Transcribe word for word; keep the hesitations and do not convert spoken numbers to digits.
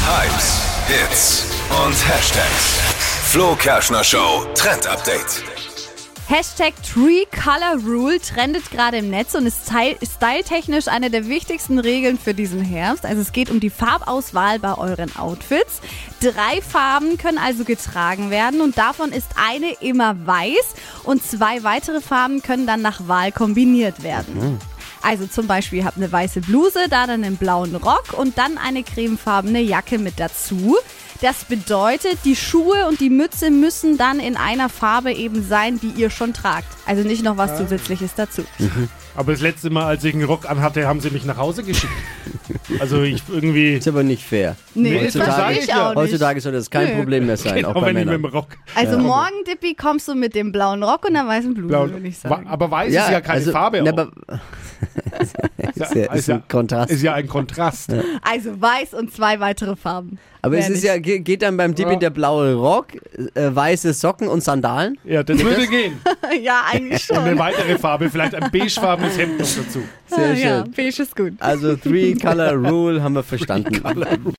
Hypes, Hits und Hashtags. Flo Kerschner Show Trend Update. Hashtag Tree Color Rule trendet gerade im Netz und ist styletechnisch eine der wichtigsten Regeln für diesen Herbst. Also es geht um die Farbauswahl bei euren Outfits. Drei Farben können also getragen werden und davon ist eine immer weiß und zwei weitere Farben können dann nach Wahl kombiniert werden. Mhm. Also zum Beispiel, ihr habt eine weiße Bluse, da dann einen blauen Rock und dann eine cremefarbene Jacke mit dazu. Das bedeutet, die Schuhe und die Mütze müssen dann in einer Farbe eben sein, die ihr schon tragt. Also nicht noch was Zusätzliches dazu. Mhm. Aber das letzte Mal, als ich einen Rock anhatte, haben sie mich nach Hause geschickt. Also ich irgendwie... Ist aber nicht fair. Nee, das verstehe ich auch nicht. Heutzutage soll das kein Nö. Problem mehr sein, Genau, auch bei wenn Männern. ich mit dem Rock... Also ja. morgen, Dippi, kommst du mit dem blauen Rock und der weißen Bluse, Blau, würde ich sagen. aber weiß ist ja keine also, Farbe ne, auch. aber, ist, ja, ist ein Kontrast. Ist ja ein Kontrast. Also weiß und zwei weitere Farben. Aber es Wer ist ja, ge- geht dann beim Dippi Ja. der blaue Rock, äh, weiße Socken und Sandalen? Ja, das würde gehen. Ja, eigentlich Und eine schon. weitere Farbe, vielleicht ein beigefarbenes Hemd noch dazu. Sehr Ah, ja, schön. beige ist gut. Also Three Color Rule haben wir verstanden.